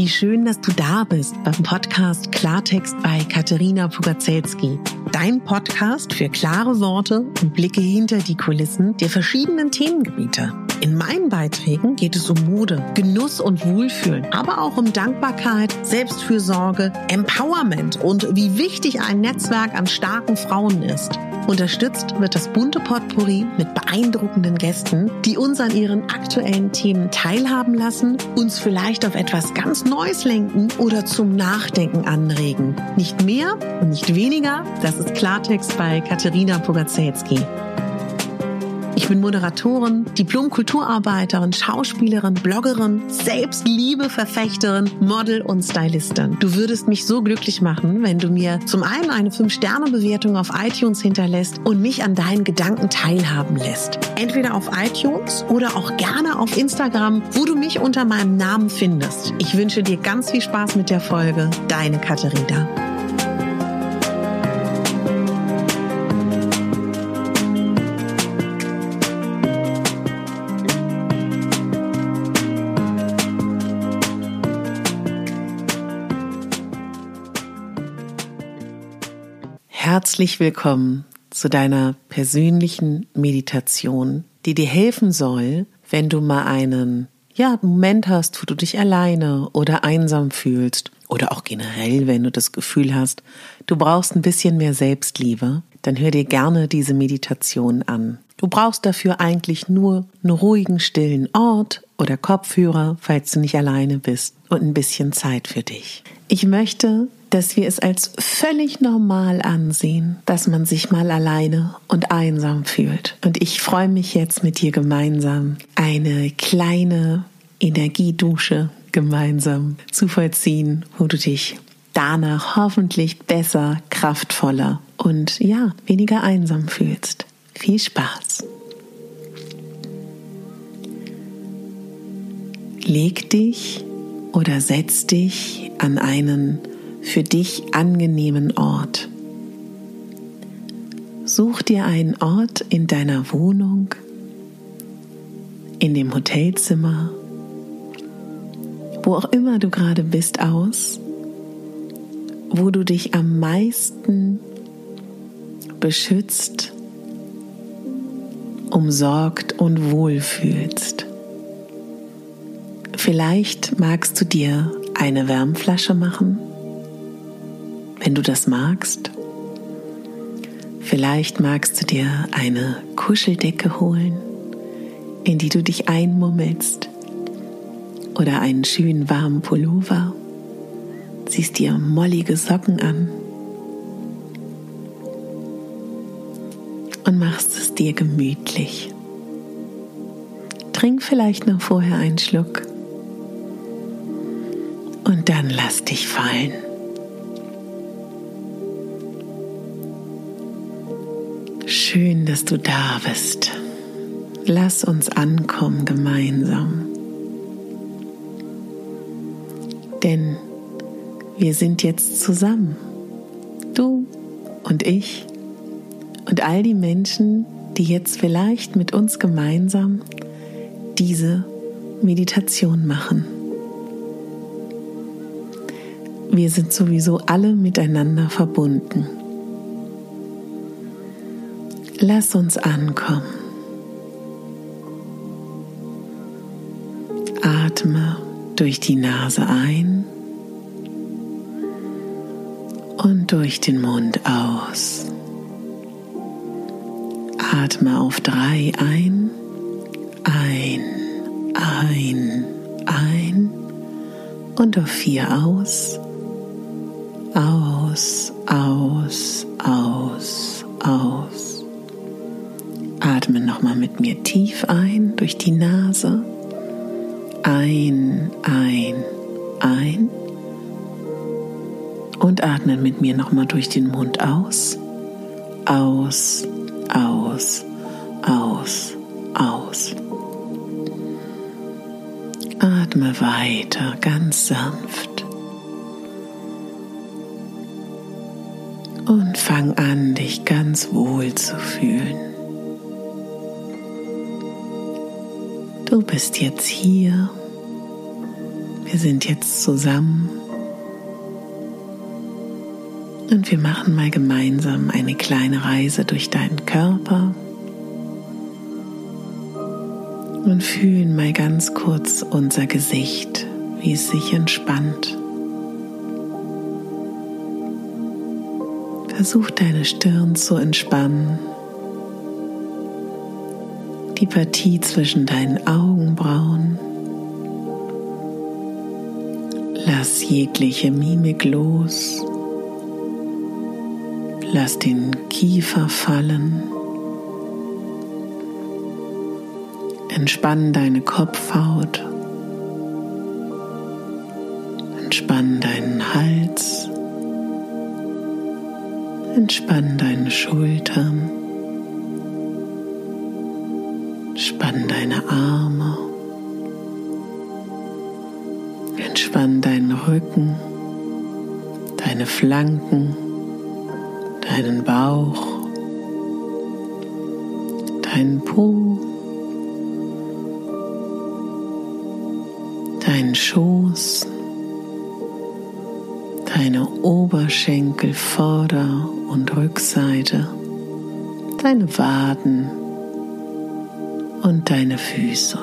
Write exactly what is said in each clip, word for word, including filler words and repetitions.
Wie schön, dass du da bist beim Podcast Klartext bei Katerina Pugacelski. Dein Podcast für klare Worte und Blicke hinter die Kulissen der verschiedenen Themengebiete. In meinen Beiträgen geht es um Mode, Genuss und Wohlfühlen, aber auch um Dankbarkeit, Selbstfürsorge, Empowerment und wie wichtig ein Netzwerk an starken Frauen ist. Unterstützt wird das bunte Potpourri mit beeindruckenden Gästen, die uns an ihren aktuellen Themen teilhaben lassen, uns vielleicht auf etwas ganz Neues lenken oder zum Nachdenken anregen. Nicht mehr und nicht weniger, das ist Klartext bei Katerina Pugacelski. Ich bin Moderatorin, Diplom-Kulturarbeiterin, Schauspielerin, Bloggerin, Selbstliebe-Verfechterin, Model und Stylistin. Du würdest mich so glücklich machen, wenn du mir zum einen eine fünf Sterne Bewertung auf iTunes hinterlässt und mich an deinen Gedanken teilhaben lässt. Entweder auf iTunes oder auch gerne auf Instagram, wo du mich unter meinem Namen findest. Ich wünsche dir ganz viel Spaß mit der Folge. Deine Katerina. Herzlich willkommen zu deiner persönlichen Meditation, die dir helfen soll, wenn du mal einen ja, Moment hast, wo du dich alleine oder einsam fühlst oder auch generell, wenn du das Gefühl hast, du brauchst ein bisschen mehr Selbstliebe, dann hör dir gerne diese Meditation an. Du brauchst dafür eigentlich nur einen ruhigen, stillen Ort oder Kopfhörer, falls du nicht alleine bist, und ein bisschen Zeit für dich. Ich möchte, dass wir es als völlig normal ansehen, dass man sich mal alleine und einsam fühlt. Und ich freue mich jetzt mit dir gemeinsam, eine kleine Energiedusche gemeinsam zu vollziehen, wo du dich danach hoffentlich besser, kraftvoller und ja, weniger einsam fühlst. Viel Spaß! Leg dich oder setz dich an einen für dich angenehmen Ort. Such dir einen Ort in deiner Wohnung, in dem Hotelzimmer, wo auch immer du gerade bist, aus, wo du dich am meisten beschützt, umsorgt und wohlfühlst. Vielleicht magst du dir eine Wärmflasche machen, wenn du das magst. Vielleicht magst du dir eine Kuscheldecke holen, in die du dich einmummelst, oder einen schönen warmen Pullover. Ziehst dir mollige Socken an und machst es dir gemütlich. Trink vielleicht noch vorher einen Schluck und dann lass dich fallen. Schön, dass du da bist. Lass uns ankommen gemeinsam. Denn wir sind jetzt zusammen. Du und ich und all die Menschen, die jetzt vielleicht mit uns gemeinsam diese Meditation machen. Wir sind sowieso alle miteinander verbunden. Lass uns ankommen. Atme durch die Nase ein und durch den Mund aus. Atme auf drei ein, ein, ein, ein und auf vier aus, aus, aus, aus, aus. Atme nochmal mit mir tief ein durch die Nase. Ein, ein, ein. Und atme mit mir nochmal durch den Mund aus. Aus, aus, aus, aus. Atme weiter, ganz sanft. Und fang an, dich ganz wohl zu fühlen. Du bist jetzt hier Wir sind jetzt zusammen und wir machen mal gemeinsam eine kleine Reise durch deinen Körper und fühlen mal ganz kurz unser Gesicht, wie es sich entspannt. Versuch deine Stirn zu entspannen, die Partie zwischen deinen Augenbrauen. Lass jegliche Mimik los. Lass den Kiefer fallen. Entspann deine Kopfhaut. Entspann deinen Hals. Entspann deine Schultern. Entspann deine Arme. Entspann deinen Rücken, deine Flanken, deinen Bauch, deinen Po, deinen Schoß, deine Oberschenkel, Vorder- und Rückseite, deine Waden und deine Füße.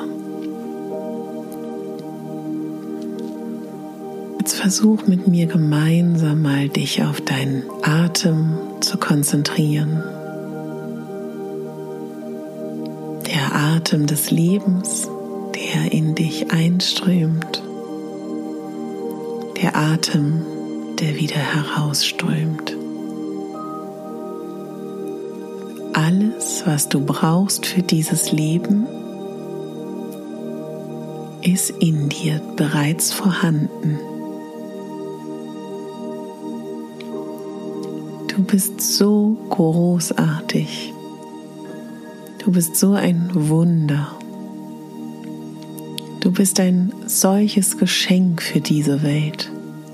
Jetzt versuch mit mir gemeinsam mal dich auf deinen Atem zu konzentrieren. Der Atem des Lebens, der in dich einströmt. Der Atem, der wieder herausströmt. Alles, was du brauchst für dieses Leben, ist in dir bereits vorhanden. Du bist so großartig. Du bist so ein Wunder. Du bist ein solches Geschenk für diese Welt.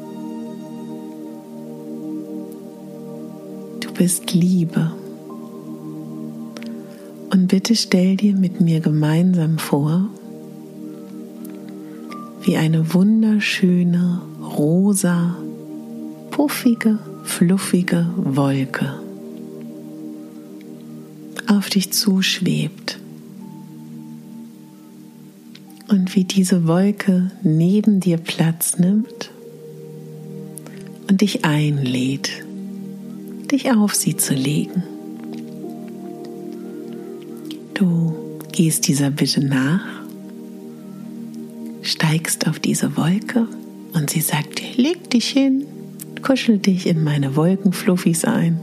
Du bist Liebe. Und bitte stell dir mit mir gemeinsam vor, wie eine wunderschöne, rosa, puffige, fluffige Wolke auf dich zuschwebt und wie diese Wolke neben dir Platz nimmt und dich einlädt, dich auf sie zu legen. Du gehst dieser Bitte nach, steigst auf diese Wolke und sie sagt dir, leg dich hin, kuschel dich in meine Wolkenfluffis ein.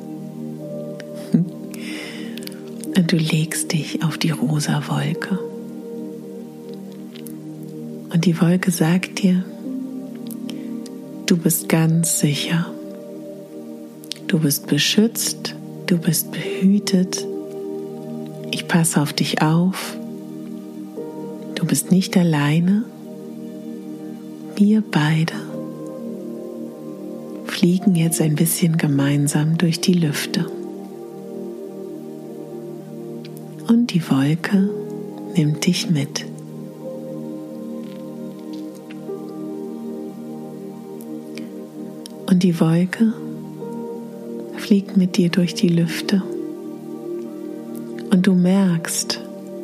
Und du legst dich auf die rosa Wolke. Und die Wolke sagt dir, du bist ganz sicher. Du bist beschützt, du bist behütet. Ich passe auf dich auf. Du bist nicht alleine. Wir beide fliegen jetzt ein bisschen gemeinsam durch die Lüfte. Und die Wolke nimmt dich mit. Und die Wolke fliegt mit dir durch die Lüfte. Und du merkst,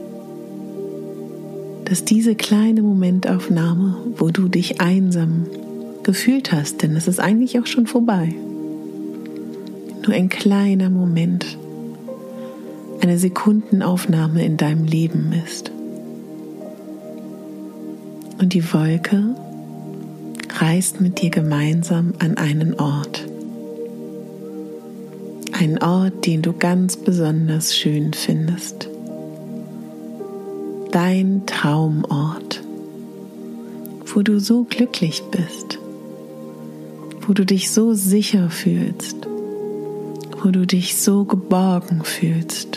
dass diese kleine Momentaufnahme, wo du dich einsam gefühlt hast, denn es ist eigentlich auch schon vorbei, nur ein kleiner Moment, eine Sekundenaufnahme in deinem Leben ist. Und die Wolke reist mit dir gemeinsam an einen Ort. Einen Ort, den du ganz besonders schön findest. Dein Traumort, wo du so glücklich bist, wo du dich so sicher fühlst, wo du dich so geborgen fühlst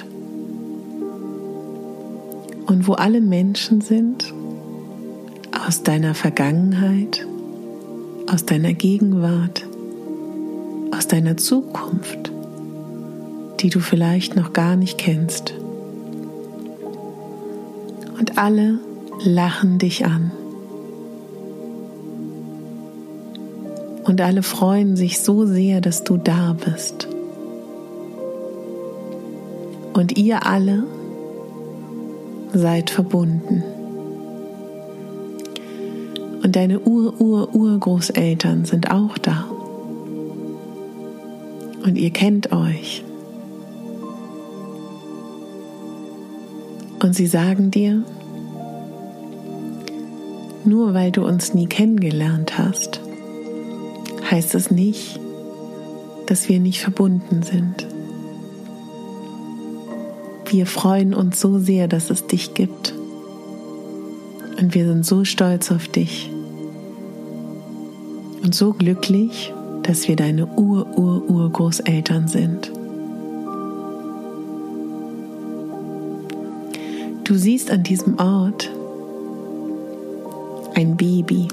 und wo alle Menschen sind aus deiner Vergangenheit, aus deiner Gegenwart, aus deiner Zukunft, die du vielleicht noch gar nicht kennst. Und alle lachen dich an. Und alle freuen sich so sehr, dass du da bist. Und ihr alle seid verbunden. Und deine Ur-Ur-Urgroßeltern sind auch da. Und ihr kennt euch. Und sie sagen dir, nur weil du uns nie kennengelernt hast, heißt es nicht, dass wir nicht verbunden sind. Wir freuen uns so sehr, dass es dich gibt. Und wir sind so stolz auf dich. Und so glücklich, dass wir deine Ur-Ur-Urgroßeltern sind. Du siehst an diesem Ort ein Baby.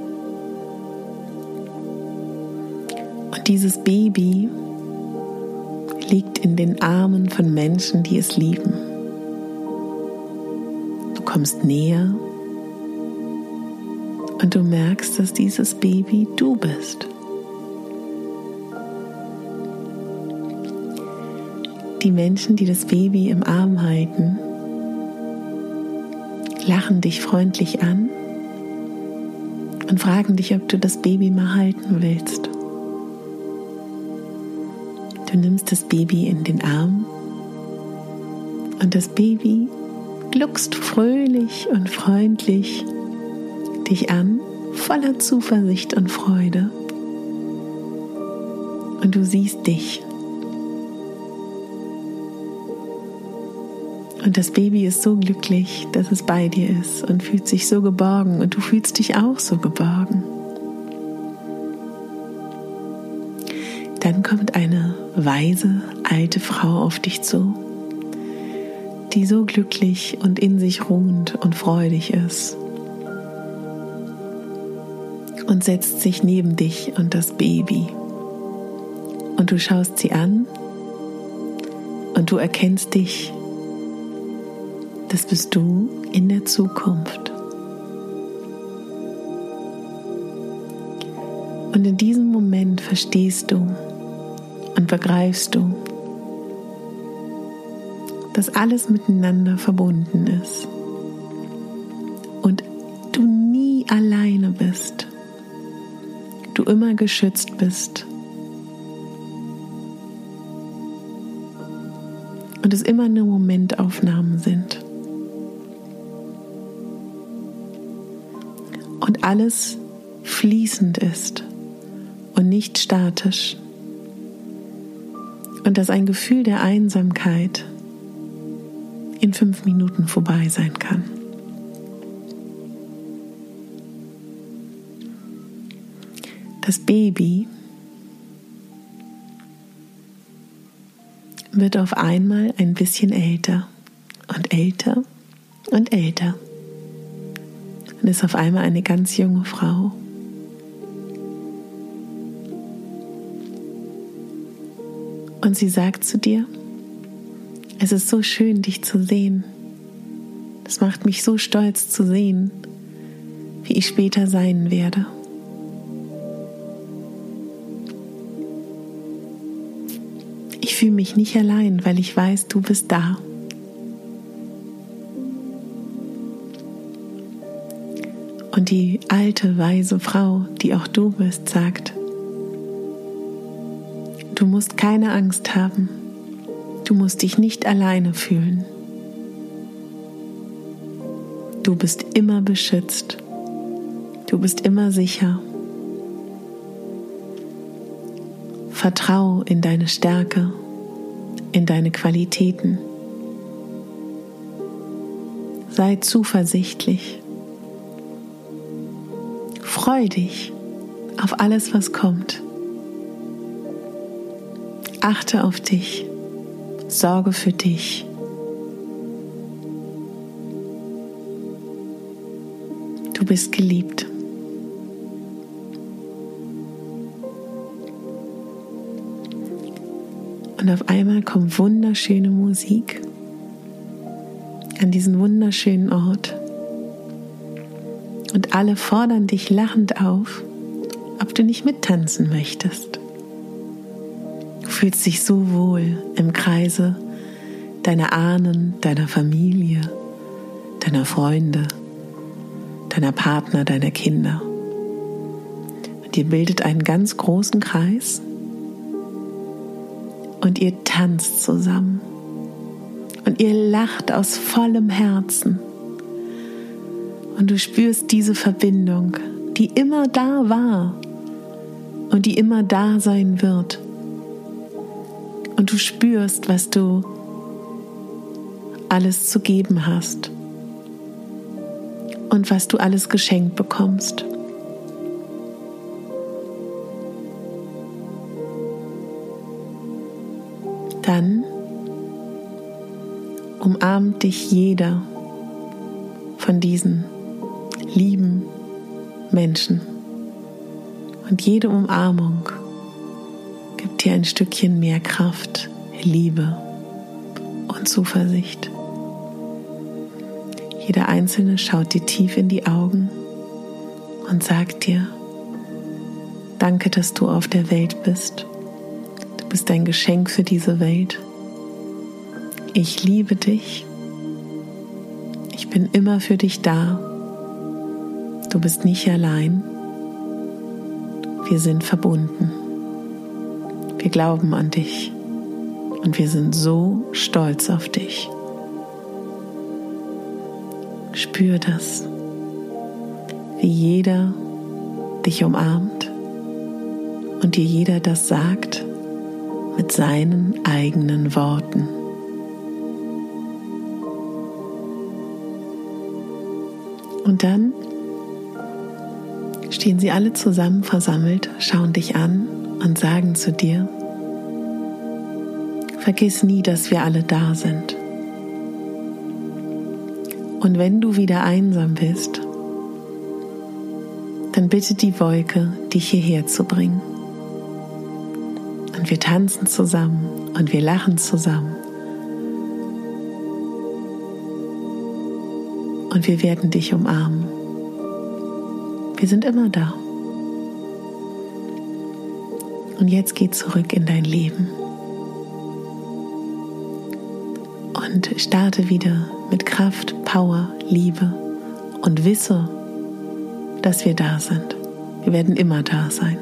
Und dieses Baby liegt in den Armen von Menschen, die es lieben. Du kommst näher und du merkst, dass dieses Baby du bist. Die Menschen, die das Baby im Arm halten, lachen dich freundlich an und fragen dich, ob du das Baby mal halten willst. Du nimmst das Baby in den Arm und das Baby gluckst fröhlich und freundlich dich an, voller Zuversicht und Freude. Und du siehst dich. Und das Baby ist so glücklich, dass es bei dir ist und fühlt sich so geborgen und du fühlst dich auch so geborgen. Dann kommt eine weise, alte Frau auf dich zu, die so glücklich und in sich ruhend und freudig ist und setzt sich neben dich und das Baby. Und du schaust sie an und du erkennst dich. Das bist du in der Zukunft. Und in diesem Moment verstehst du und begreifst du, dass alles miteinander verbunden ist und du nie alleine bist, du immer geschützt bist und es immer nur Momentaufnahmen sind und alles fließend ist und nicht statisch. Und dass ein Gefühl der Einsamkeit in fünf Minuten vorbei sein kann. Das Baby wird auf einmal ein bisschen älter und älter und älter und ist auf einmal eine ganz junge Frau. Und sie sagt zu dir, es ist so schön, dich zu sehen. Es macht mich so stolz zu sehen, wie ich später sein werde. Ich fühle mich nicht allein, weil ich weiß, du bist da. Und die alte, weise Frau, die auch du bist, sagt, du musst keine Angst haben. Du musst dich nicht alleine fühlen. Du bist immer beschützt. Du bist immer sicher. Vertrau in deine Stärke, in deine Qualitäten. Sei zuversichtlich. Freu dich auf alles, was kommt. Achte auf dich, sorge für dich. Du bist geliebt. Und auf einmal kommt wunderschöne Musik an diesen wunderschönen Ort. Und alle fordern dich lachend auf ob du nicht mittanzen möchtest. Du fühlst dich so wohl im Kreise deiner Ahnen, deiner Familie, deiner Freunde, deiner Partner, deiner Kinder. Und ihr bildet einen ganz großen Kreis und ihr tanzt zusammen und ihr lacht aus vollem Herzen. Und du spürst diese Verbindung, die immer da war und die immer da sein wird. Und du spürst, was du alles zu geben hast und was du alles geschenkt bekommst. Dann umarmt dich jeder von diesen lieben Menschen. Und jede Umarmung gibt dir ein Stückchen mehr Kraft, Liebe und Zuversicht. Jeder Einzelne schaut dir tief in die Augen und sagt dir: Danke, dass du auf der Welt bist. Du bist ein Geschenk für diese Welt. Ich liebe dich. Ich bin immer für dich da. Du bist nicht allein. Wir sind verbunden. Wir glauben an dich und wir sind so stolz auf dich. Spür das, wie jeder dich umarmt und dir jeder das sagt mit seinen eigenen Worten. Und dann stehen sie alle zusammen versammelt, schauen dich an und sagen zu dir: Vergiss nie, dass wir alle da sind. Und wenn du wieder einsam bist, dann bitte die Wolke, dich hierher zu bringen. Und wir tanzen zusammen und wir lachen zusammen. Und wir werden dich umarmen. Wir sind immer da. Und jetzt geh zurück in dein Leben. Und starte wieder mit Kraft, Power, Liebe und wisse, dass wir da sind. Wir werden immer da sein.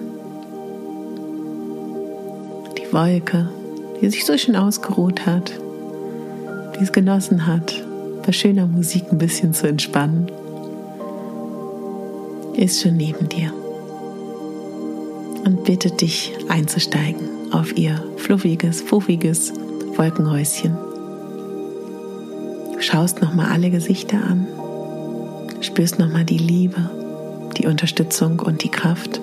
Die Wolke, die sich so schön ausgeruht hat, die es genossen hat, bei schöner Musik ein bisschen zu entspannen, ist schon neben dir und bittet dich einzusteigen auf ihr fluffiges, puffiges Wolkenhäuschen. Du schaust nochmal alle Gesichter an, spürst nochmal die Liebe, die Unterstützung und die Kraft,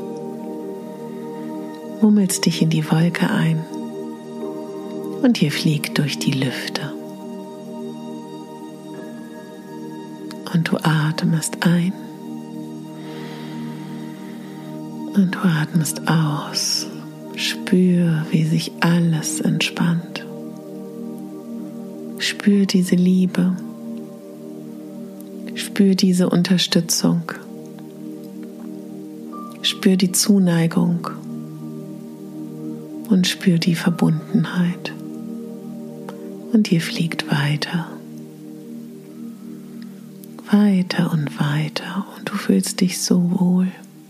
murmelst dich in die Wolke ein und ihr fliegt durch die Lüfte. Und du atmest ein und du atmest aus. Spür, wie sich alles entspannt. Spür diese Liebe. Spür diese Unterstützung. Spür die Zuneigung und spür die Verbundenheit. Und ihr fliegt weiter. Weiter und weiter und du fühlst dich so wohl,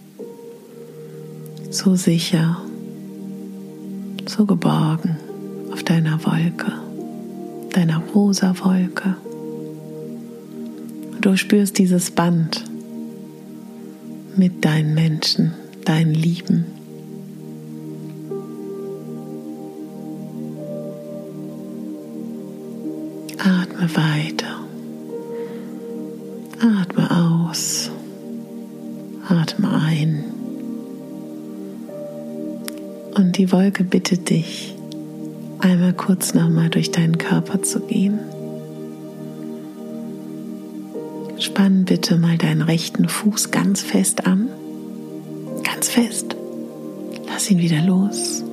so sicher, so geborgen auf deiner Wolke, deiner rosa Wolke. Und du spürst dieses Band mit deinen Menschen, deinen Lieben. Atme weiter. Atme aus, atme ein und die Wolke bittet dich, einmal kurz nochmal durch deinen Körper zu gehen. Spann bitte mal deinen rechten Fuß ganz fest an, ganz fest, lass ihn wieder los.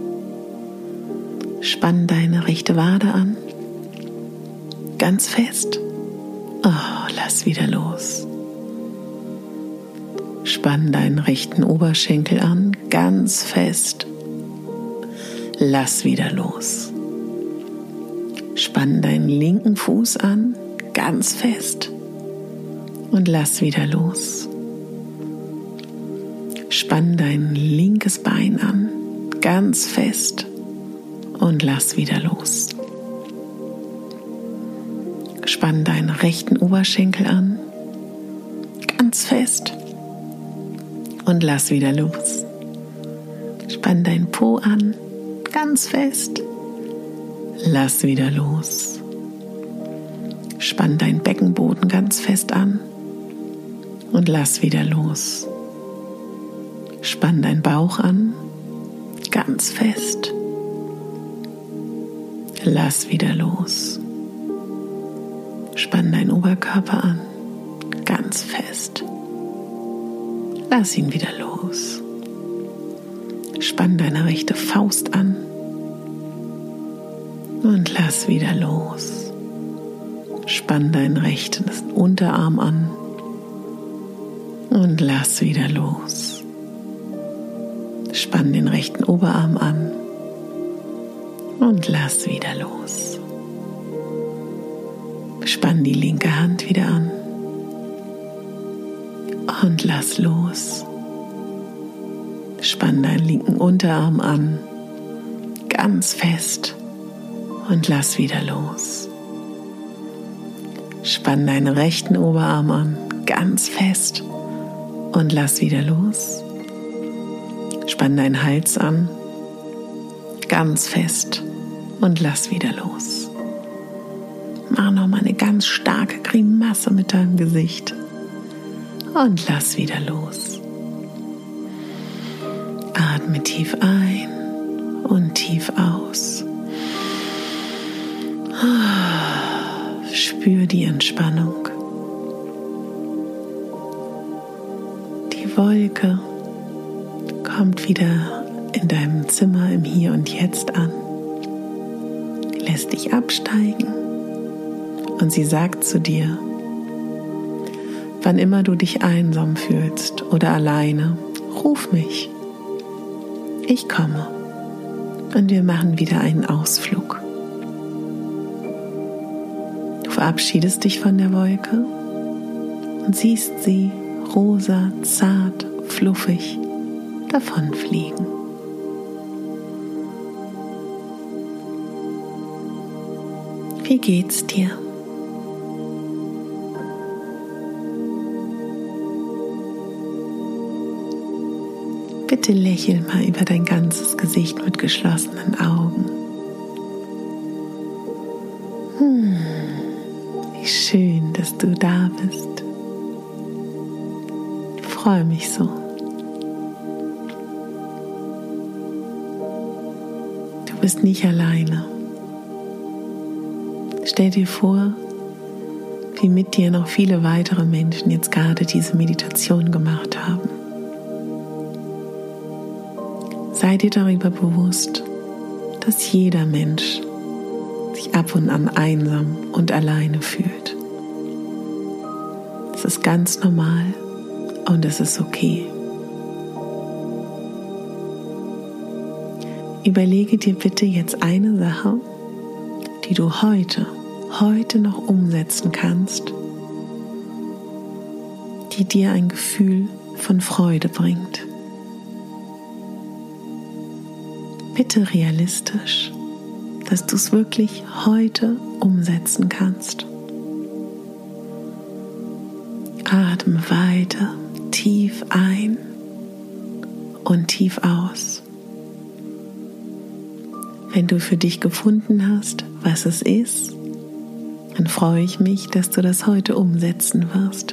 Spann deine rechte Wade an, ganz fest. Oh, lass wieder los. Spann deinen rechten Oberschenkel an, ganz fest. Lass wieder los. Spann deinen linken Fuß an, ganz fest. Und lass wieder los. Spann dein linkes Bein an, ganz fest. Und lass wieder los. Spann deinen rechten Oberschenkel an, ganz fest. Und lass wieder los. Spann deinen Po an, ganz fest. Lass wieder los. Spann deinen Beckenboden ganz fest an und lass wieder los. Spann deinen Bauch an, ganz fest. Lass wieder los. Spann deinen Oberkörper an, ganz fest. Lass ihn wieder los. Spann deine rechte Faust an und lass wieder los. Spann deinen rechten Unterarm an und lass wieder los. Spann den rechten Oberarm an und lass wieder los. Spann die linke Hand wieder an und lass los. Spann deinen linken Unterarm an, ganz fest, und lass wieder los. Spann deinen rechten Oberarm an, ganz fest, und lass wieder los. Spann deinen Hals an, ganz fest, und lass wieder los. Mach nochmal eine ganz starke Grimasse mit deinem Gesicht und lass wieder los. Atme tief ein und tief aus. Spür die Entspannung. Die Wolke kommt wieder in deinem Zimmer im Hier und Jetzt an, lässt dich absteigen und sie sagt zu dir: Wann immer du dich einsam fühlst oder alleine, ruf mich. Ich komme und wir machen wieder einen Ausflug. Du verabschiedest dich von der Wolke und siehst sie rosa, zart, fluffig davonfliegen. Wie geht's dir? Bitte lächel mal über dein ganzes Gesicht mit geschlossenen Augen. Hm, wie schön, dass du da bist. Ich freue mich so. Du bist nicht alleine. Stell dir vor, wie mit dir noch viele weitere Menschen jetzt gerade diese Meditation gemacht haben. Sei dir darüber bewusst, dass jeder Mensch sich ab und an einsam und alleine fühlt. Es ist ganz normal und es ist okay. Überlege dir bitte jetzt eine Sache, die du heute, heute noch umsetzen kannst, die dir ein Gefühl von Freude bringt. Bitte realistisch, dass du es wirklich heute umsetzen kannst. Atme weiter tief ein und tief aus. Wenn du für dich gefunden hast, was es ist, dann freue ich mich, dass du das heute umsetzen wirst.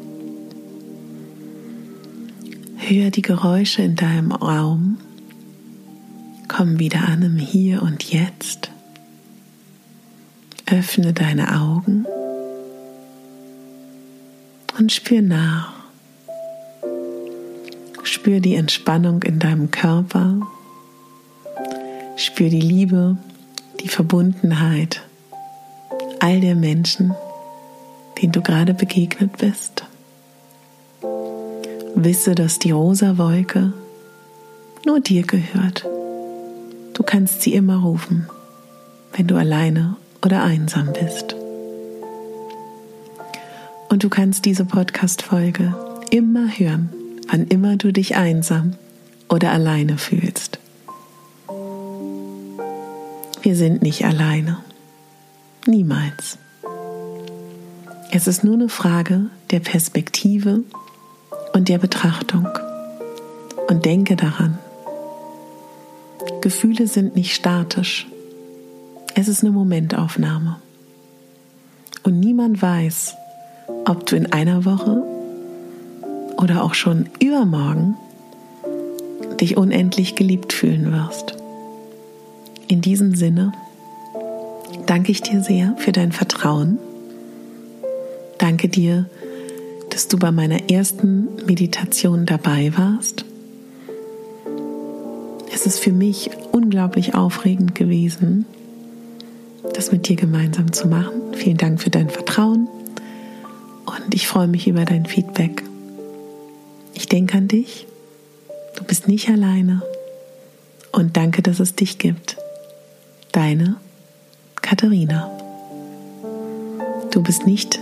Hör die Geräusche in deinem Raum. Komm wieder an im Hier und Jetzt. Öffne deine Augen und spür nach. Spür die Entspannung in deinem Körper. Spür die Liebe, die Verbundenheit all der Menschen, denen du gerade begegnet bist. Wisse, dass die rosa Wolke nur dir gehört. Du kannst sie immer rufen, wenn du alleine oder einsam bist. Und du kannst diese Podcast-Folge immer hören, wann immer du dich einsam oder alleine fühlst. Wir sind nicht alleine. Niemals. Es ist nur eine Frage der Perspektive und der Betrachtung. Und denke daran, Gefühle sind nicht statisch. Es ist eine Momentaufnahme. Und niemand weiß, ob du in einer Woche oder auch schon übermorgen dich unendlich geliebt fühlen wirst. In diesem Sinne danke ich dir sehr für dein Vertrauen. Danke dir, dass du bei meiner ersten Meditation dabei warst. Es ist für mich unglaublich aufregend gewesen, das mit dir gemeinsam zu machen. Vielen Dank für dein Vertrauen und ich freue mich über dein Feedback. Ich denke an dich, du bist nicht alleine und danke, dass es dich gibt. Deine Katharina. Du bist nicht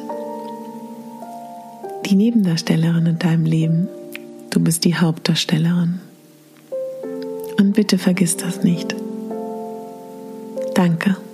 die Nebendarstellerin in deinem Leben, du bist die Hauptdarstellerin. Und bitte vergiss das nicht. Danke.